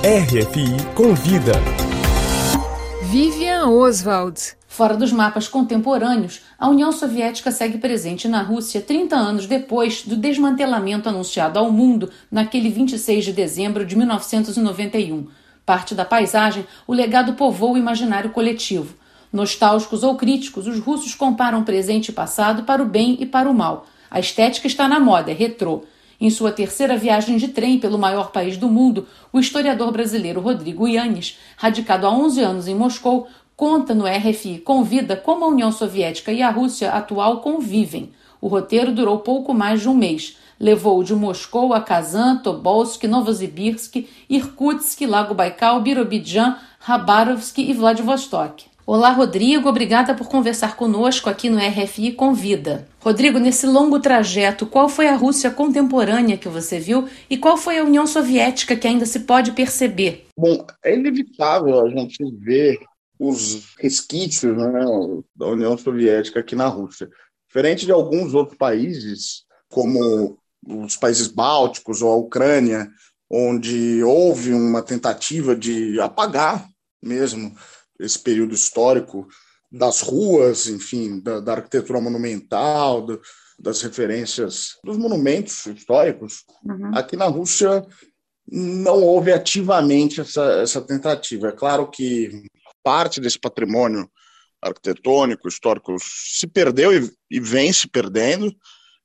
RFI Convida. Vivian Oswald. Fora dos mapas contemporâneos, a União Soviética segue presente na Rússia 30 anos depois do desmantelamento anunciado ao mundo naquele 26 de dezembro de 1991. Parte da paisagem, o legado povoa o imaginário coletivo. Nostálgicos ou críticos, os russos comparam presente e passado para o bem e para o mal. A estética está na moda, é retrô. Em sua terceira viagem de trem pelo maior país do mundo, o historiador brasileiro Rodrigo Yannis, radicado há 11 anos em Moscou, conta no RFI Convida como a União Soviética e a Rússia atual convivem. O roteiro durou pouco mais de um mês. Levou de Moscou a Kazan, Tobolsk, Novosibirsk, Irkutsk, Lago Baikal, Birobidzhan, Khabarovsk e Vladivostok. Olá, Rodrigo. Obrigada por conversar conosco aqui no RFI Convida. Rodrigo, nesse longo trajeto, qual foi a Rússia contemporânea que você viu e qual foi a União Soviética que ainda se pode perceber? Bom, é inevitável a gente ver os resquícios, né, da União Soviética aqui na Rússia. Diferente de alguns outros países, como os países bálticos ou a Ucrânia, onde houve uma tentativa de apagar mesmo esse período histórico das ruas, enfim, da arquitetura monumental, das referências dos monumentos históricos. Aqui na Rússia não houve ativamente essa tentativa. É claro que parte desse patrimônio arquitetônico, histórico, se perdeu e vem se perdendo.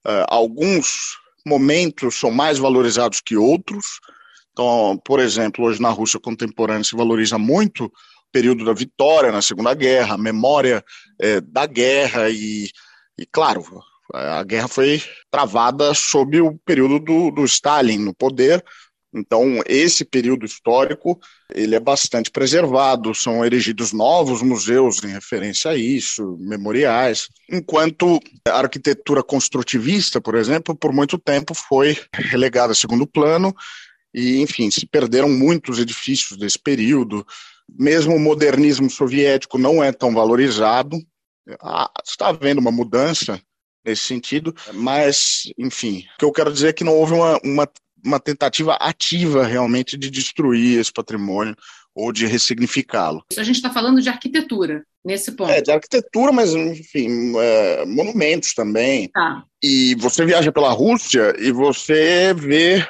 Alguns momentos são mais valorizados que outros. Então, por exemplo, hoje na Rússia contemporânea se valoriza muito o período da vitória na Segunda Guerra, a memória da guerra e, claro, a guerra foi travada sob o período do Stalin no poder. Então, esse período histórico ele é bastante preservado, são erigidos novos museus em referência a isso, memoriais, enquanto a arquitetura construtivista, por exemplo, por muito tempo foi relegada a segundo plano e, enfim, se perderam muitos edifícios desse período. Mesmo o modernismo soviético não é tão valorizado, está havendo uma mudança nesse sentido, mas, enfim, o que eu quero dizer é que não houve uma tentativa ativa realmente de destruir esse patrimônio ou de ressignificá-lo. A gente está falando de arquitetura nesse ponto. De arquitetura, mas, enfim, monumentos também. Tá. E você viaja pela Rússia e você vê,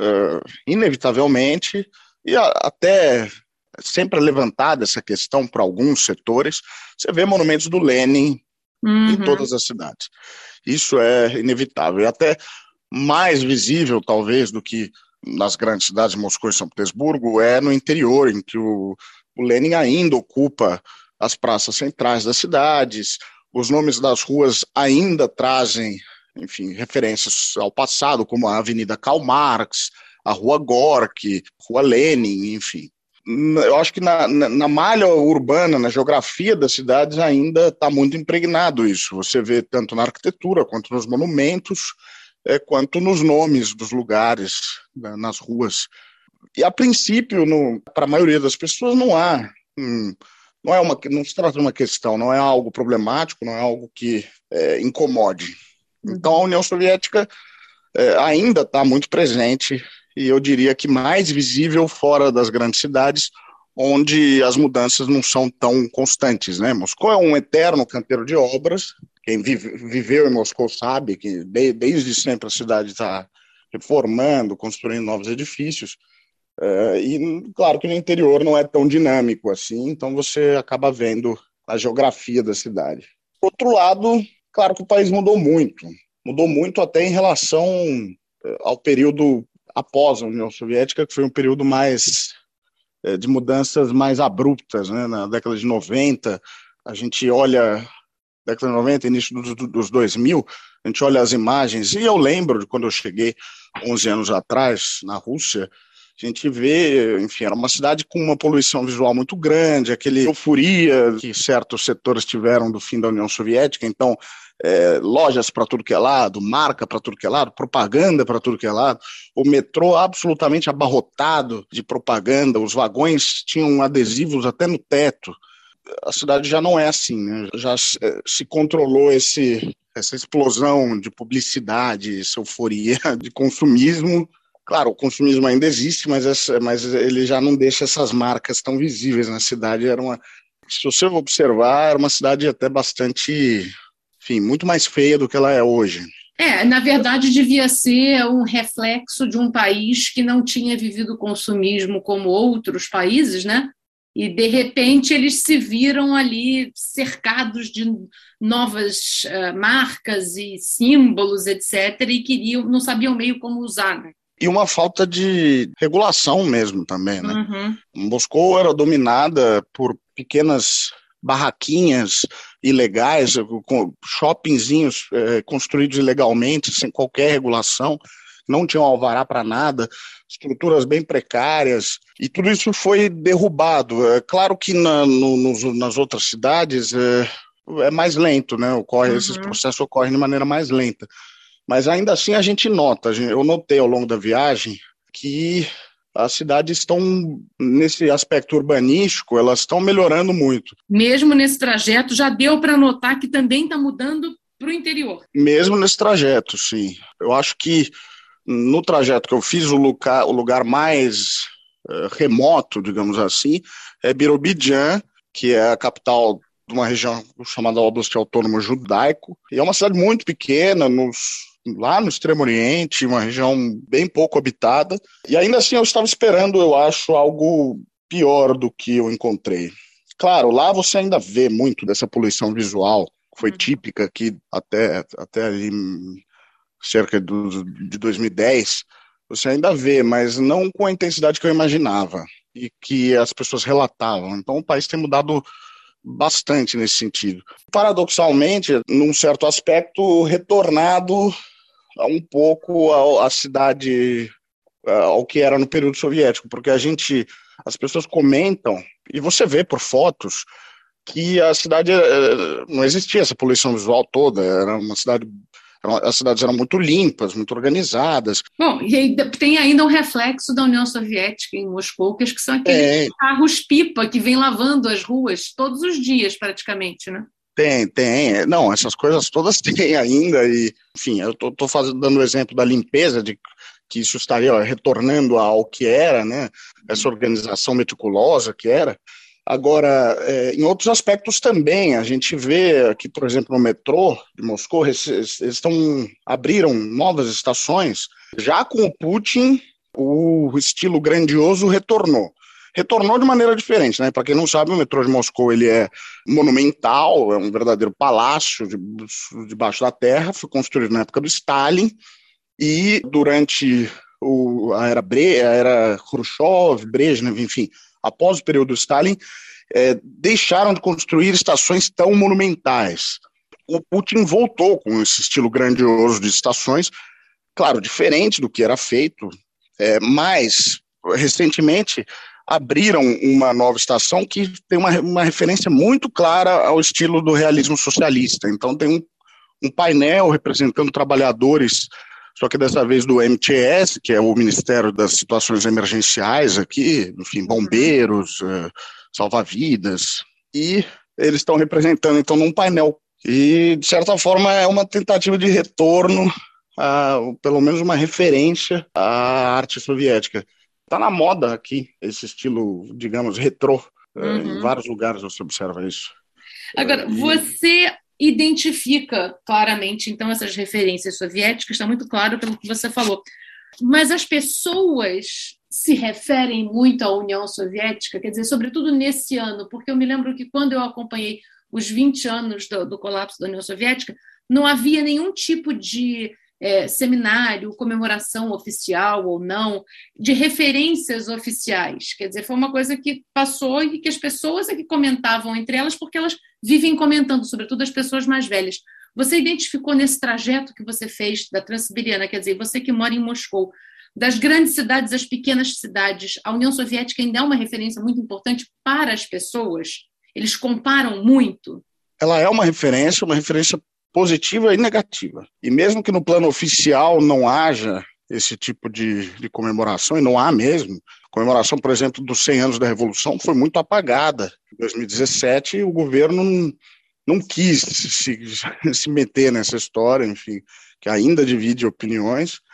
inevitavelmente, e até sempre levantada essa questão para alguns setores, você vê monumentos do Lenin em todas as cidades. Isso é inevitável. E até mais visível, talvez, do que nas grandes cidades de Moscou e São Petersburgo, é no interior, em que o Lenin ainda ocupa as praças centrais das cidades, os nomes das ruas ainda trazem, enfim, referências ao passado, como a Avenida Karl Marx, a Rua Gorky, Rua Lenin, enfim. Eu acho que na malha urbana, na geografia das cidades, ainda está muito impregnado isso. Você vê tanto na arquitetura quanto nos monumentos, quanto nos nomes dos lugares, nas ruas. E, a princípio, para a maioria das pessoas, não se trata de uma questão, não é algo problemático, não é algo que incomode. Então, a União Soviética ainda está muito presente, e eu diria que mais visível fora das grandes cidades, onde as mudanças não são tão constantes, né? Moscou é um eterno canteiro de obras. Quem viveu em Moscou sabe que desde sempre a cidade está reformando, construindo novos edifícios. E claro que no interior não é tão dinâmico assim, então você acaba vendo a geografia da cidade. Por outro lado, claro que o país mudou muito até em relação ao período após a União Soviética, que foi um período mais de mudanças mais abruptas, né? Na década de 90, a gente olha década de 90, início dos 2000, a gente olha as imagens, e eu lembro de quando eu cheguei 11 anos atrás na Rússia, a gente vê, enfim, era uma cidade com uma poluição visual muito grande, aquela euforia que certos setores tiveram do fim da União Soviética, então lojas para tudo que é lado, marca para tudo que é lado, propaganda para tudo que é lado, o metrô absolutamente abarrotado de propaganda, os vagões tinham adesivos até no teto. A cidade já não é assim, né? Já se controlou essa explosão de publicidade, essa euforia de consumismo, Claro, o consumismo ainda existe, mas ele já não deixa essas marcas tão visíveis na cidade. Se você observar, era uma cidade até bastante, enfim, muito mais feia do que ela é hoje. Na verdade, devia ser um reflexo de um país que não tinha vivido o consumismo como outros países, né? E, de repente, eles se viram ali cercados de novas marcas e símbolos, etc., e não sabiam meio como usar, né? E uma falta de regulação mesmo também, né? Uhum. Moscou era dominada por pequenas barraquinhas ilegais, com shoppingzinhos construídos ilegalmente, sem qualquer regulação, não tinham alvará para nada, estruturas bem precárias, e tudo isso foi derrubado. É claro que nas outras cidades é mais lento, né? Esses processos ocorrem de maneira mais lenta. Mas ainda assim a gente nota, eu notei ao longo da viagem que as cidades estão, nesse aspecto urbanístico, elas estão melhorando muito. Mesmo nesse trajeto, já deu para notar que também está mudando para o interior. Mesmo nesse trajeto, sim. Eu acho que no trajeto que eu fiz, o lugar mais remoto, digamos assim, é Birobidzhan, que é a capital de uma região chamada Oblast Autônomo Judaico. E é uma cidade muito pequena, lá no Extremo Oriente, uma região bem pouco habitada. E ainda assim eu estava esperando, eu acho, algo pior do que eu encontrei. Claro, lá você ainda vê muito dessa poluição visual, que foi típica aqui até ali, cerca de 2010, você ainda vê, mas não com a intensidade que eu imaginava e que as pessoas relatavam. Então o país tem mudado bastante nesse sentido. Paradoxalmente, num certo aspecto, retornado um pouco à cidade, ao que era no período soviético, porque as pessoas comentam, e você vê por fotos, que a cidade não existia essa poluição visual toda, era uma cidade. As cidades eram muito limpas, muito organizadas. Bom, e aí tem ainda um reflexo da União Soviética em Moscou, que são aqueles carros-pipa que vêm lavando as ruas todos os dias, praticamente, né? Tem. Não, essas coisas todas tem ainda. E, enfim, eu estou dando o exemplo da limpeza, de que isso estaria retornando ao que era, né? Essa organização meticulosa que era. Agora, em outros aspectos também, a gente vê aqui, por exemplo, no metrô de Moscou, eles abriram novas estações. Já com o Putin, o estilo grandioso retornou. Retornou de maneira diferente, né? Para quem não sabe, o metrô de Moscou ele é monumental, é um verdadeiro palácio debaixo da terra, foi construído na época do Stalin e durante a era Khrushchev, Brezhnev, enfim, após o período do Stalin, deixaram de construir estações tão monumentais. O Putin voltou com esse estilo grandioso de estações, claro, diferente do que era feito, mas recentemente abriram uma nova estação que tem uma referência muito clara ao estilo do realismo socialista. Então tem um painel representando trabalhadores, só que dessa vez do MTS, que é o Ministério das Situações Emergenciais aqui, enfim, bombeiros, salva-vidas, e eles estão representando, então, num painel. E, de certa forma, é uma tentativa de retorno, pelo menos uma referência à arte soviética. Está na moda aqui, esse estilo, digamos, retrô. Em vários lugares você observa isso. Agora, você identifica claramente, então, essas referências soviéticas, está muito claro pelo que você falou. Mas as pessoas se referem muito à União Soviética, quer dizer, sobretudo nesse ano, porque eu me lembro que quando eu acompanhei os 20 anos do colapso da União Soviética, não havia nenhum tipo de seminário, comemoração oficial ou não, de referências oficiais. Quer dizer, foi uma coisa que passou e que as pessoas é que comentavam entre elas, porque elas vivem comentando, sobretudo as pessoas mais velhas. Você identificou nesse trajeto que você fez da Transiberiana, quer dizer, você que mora em Moscou, das grandes cidades às pequenas cidades, a União Soviética ainda é uma referência muito importante para as pessoas? Eles comparam muito? Ela é uma referência positiva e negativa. E mesmo que no plano oficial não haja esse tipo de comemoração, e não há mesmo, a comemoração, por exemplo, dos 100 anos da Revolução foi muito apagada. Em 2017, o governo não quis se meter nessa história, enfim, que ainda divide opiniões.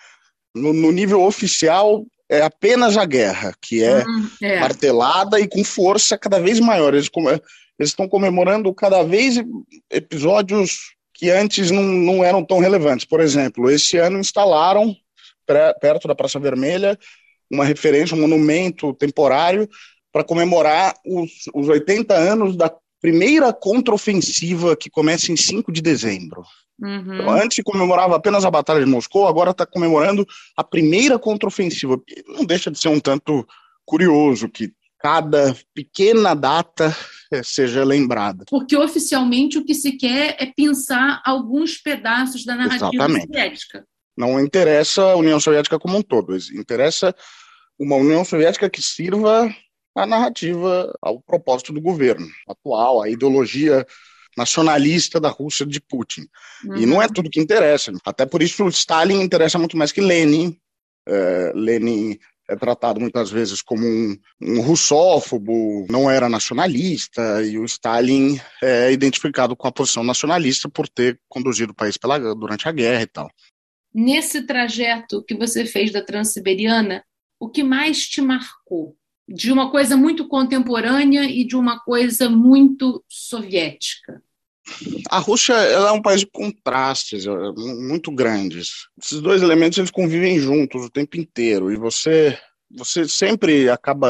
No nível oficial, é apenas a guerra, que é martelada e com força cada vez maior. Eles estão comemorando cada vez episódios que antes não eram tão relevantes. Por exemplo, esse ano instalaram, perto da Praça Vermelha, uma referência, um monumento temporário para comemorar os 80 anos da primeira contraofensiva, que começa em 5 de dezembro. Então, antes se comemorava apenas a Batalha de Moscou, agora está comemorando a primeira contraofensiva. Não deixa de ser um tanto curioso que cada pequena data seja lembrada. Porque oficialmente o que se quer é pensar alguns pedaços da narrativa soviética. Não interessa a União Soviética como um todo, interessa uma União Soviética que sirva a narrativa ao propósito do governo atual, a ideologia nacionalista da Rússia de Putin. E não é tudo que interessa. Até por isso Stalin interessa muito mais que Lenin. Lenin é tratado muitas vezes como um russófobo, não era nacionalista, e o Stalin é identificado com a posição nacionalista por ter conduzido o país durante a guerra e tal. Nesse trajeto que você fez da Transiberiana, o que mais te marcou? De uma coisa muito contemporânea e de uma coisa muito soviética? A Rússia, ela é um país de contrastes muito grandes. Esses dois elementos eles convivem juntos o tempo inteiro e você sempre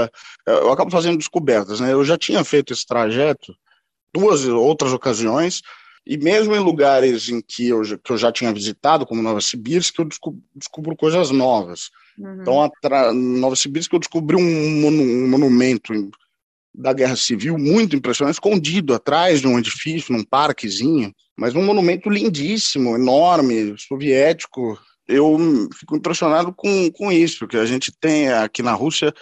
eu acabo fazendo descobertas, né? Eu já tinha feito esse trajeto 2 outras ocasiões e mesmo em lugares em que eu já tinha visitado, como Novosibirsk, eu descubro coisas novas. Então, em Novosibirsk eu descobri um monumento da Guerra Civil muito impressionante, escondido atrás de um edifício, num parquezinho, mas um monumento lindíssimo, enorme, soviético. Eu fico impressionado com isso, que a gente tem aqui na Rússia.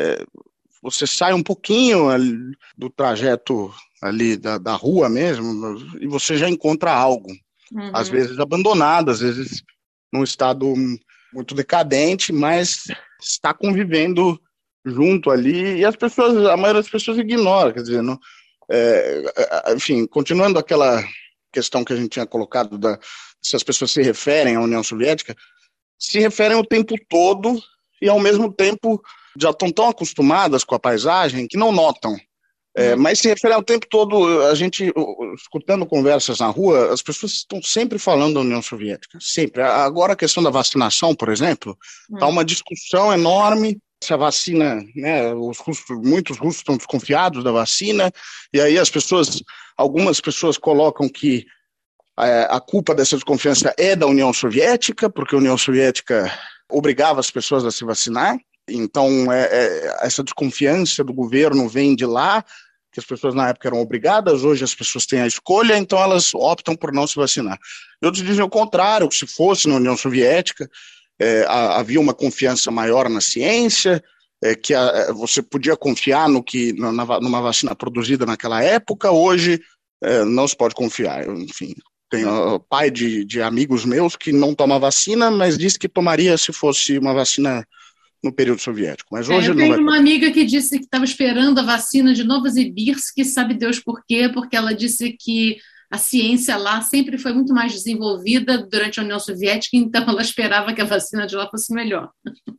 Você sai um pouquinho do trajeto ali da rua mesmo e você já encontra algo, às vezes abandonado, às vezes num estado muito decadente, mas está convivendo junto ali, e a maioria das pessoas ignora, quer dizer, enfim, continuando aquela questão que a gente tinha colocado se as pessoas se referem à União Soviética, se referem o tempo todo e ao mesmo tempo já estão tão acostumadas com a paisagem que não notam. Mas se referem ao tempo todo, a gente, escutando conversas na rua, as pessoas estão sempre falando da União Soviética, sempre. Agora a questão da vacinação, por exemplo, está uma discussão enorme se a vacina, né, muitos russos estão desconfiados da vacina, e aí algumas pessoas colocam que a culpa dessa desconfiança é da União Soviética, porque a União Soviética obrigava as pessoas a se vacinar, então essa desconfiança do governo vem de lá, que as pessoas na época eram obrigadas, hoje as pessoas têm a escolha, então elas optam por não se vacinar. Outros dizem o contrário, que se fosse na União Soviética, havia uma confiança maior na ciência, que você podia confiar numa vacina produzida naquela época, hoje não se pode confiar. Enfim, tenho pai de amigos meus que não toma vacina, mas disse que tomaria se fosse uma vacina no período soviético. Mas hoje eu tenho uma amiga que disse que estava esperando a vacina de Novosibirsk, sabe Deus por quê, porque ela disse que a ciência lá sempre foi muito mais desenvolvida durante a União Soviética, então ela esperava que a vacina de lá fosse melhor.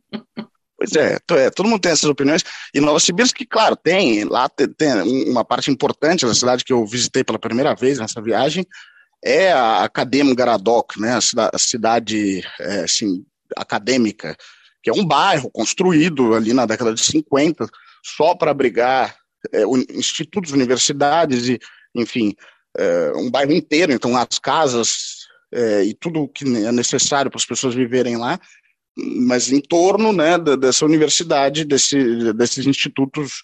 Pois todo mundo tem essas opiniões. E Novosibirsk, claro, tem uma parte importante da cidade que eu visitei pela primeira vez nessa viagem, é a Akademgaradok, né, a cidade assim, acadêmica, que é um bairro construído ali na década de 50, só para abrigar institutos, universidades, e, enfim, um bairro inteiro, então as casas e tudo que é necessário para as pessoas viverem lá, mas em torno, né, dessa universidade, desses institutos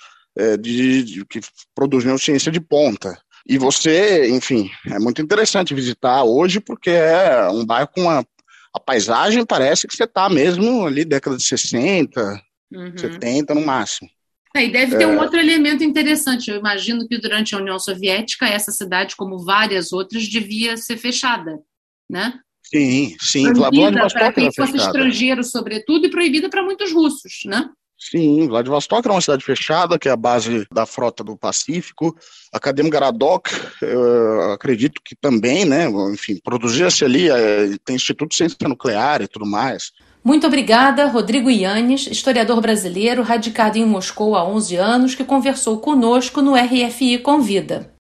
que produziam ciência de ponta. E você, enfim, é muito interessante visitar hoje, porque é um bairro com a paisagem parece que você está mesmo ali década de 60, 70 no máximo. E deve ter um outro elemento interessante. Eu imagino que durante a União Soviética, essa cidade, como várias outras, devia ser fechada, né? Sim. Proibida para quem fosse estrangeiro, sobretudo, e proibida para muitos russos, né? Sim, Vladivostok era uma cidade fechada, que é a base da frota do Pacífico. Akademgaradok, eu acredito que também, né, enfim, produzia-se ali, tem Instituto de Ciência Nuclear e tudo mais. Muito obrigada, Rodrigo Yanez, historiador brasileiro radicado em Moscou há 11 anos, que conversou conosco no RFI Convida.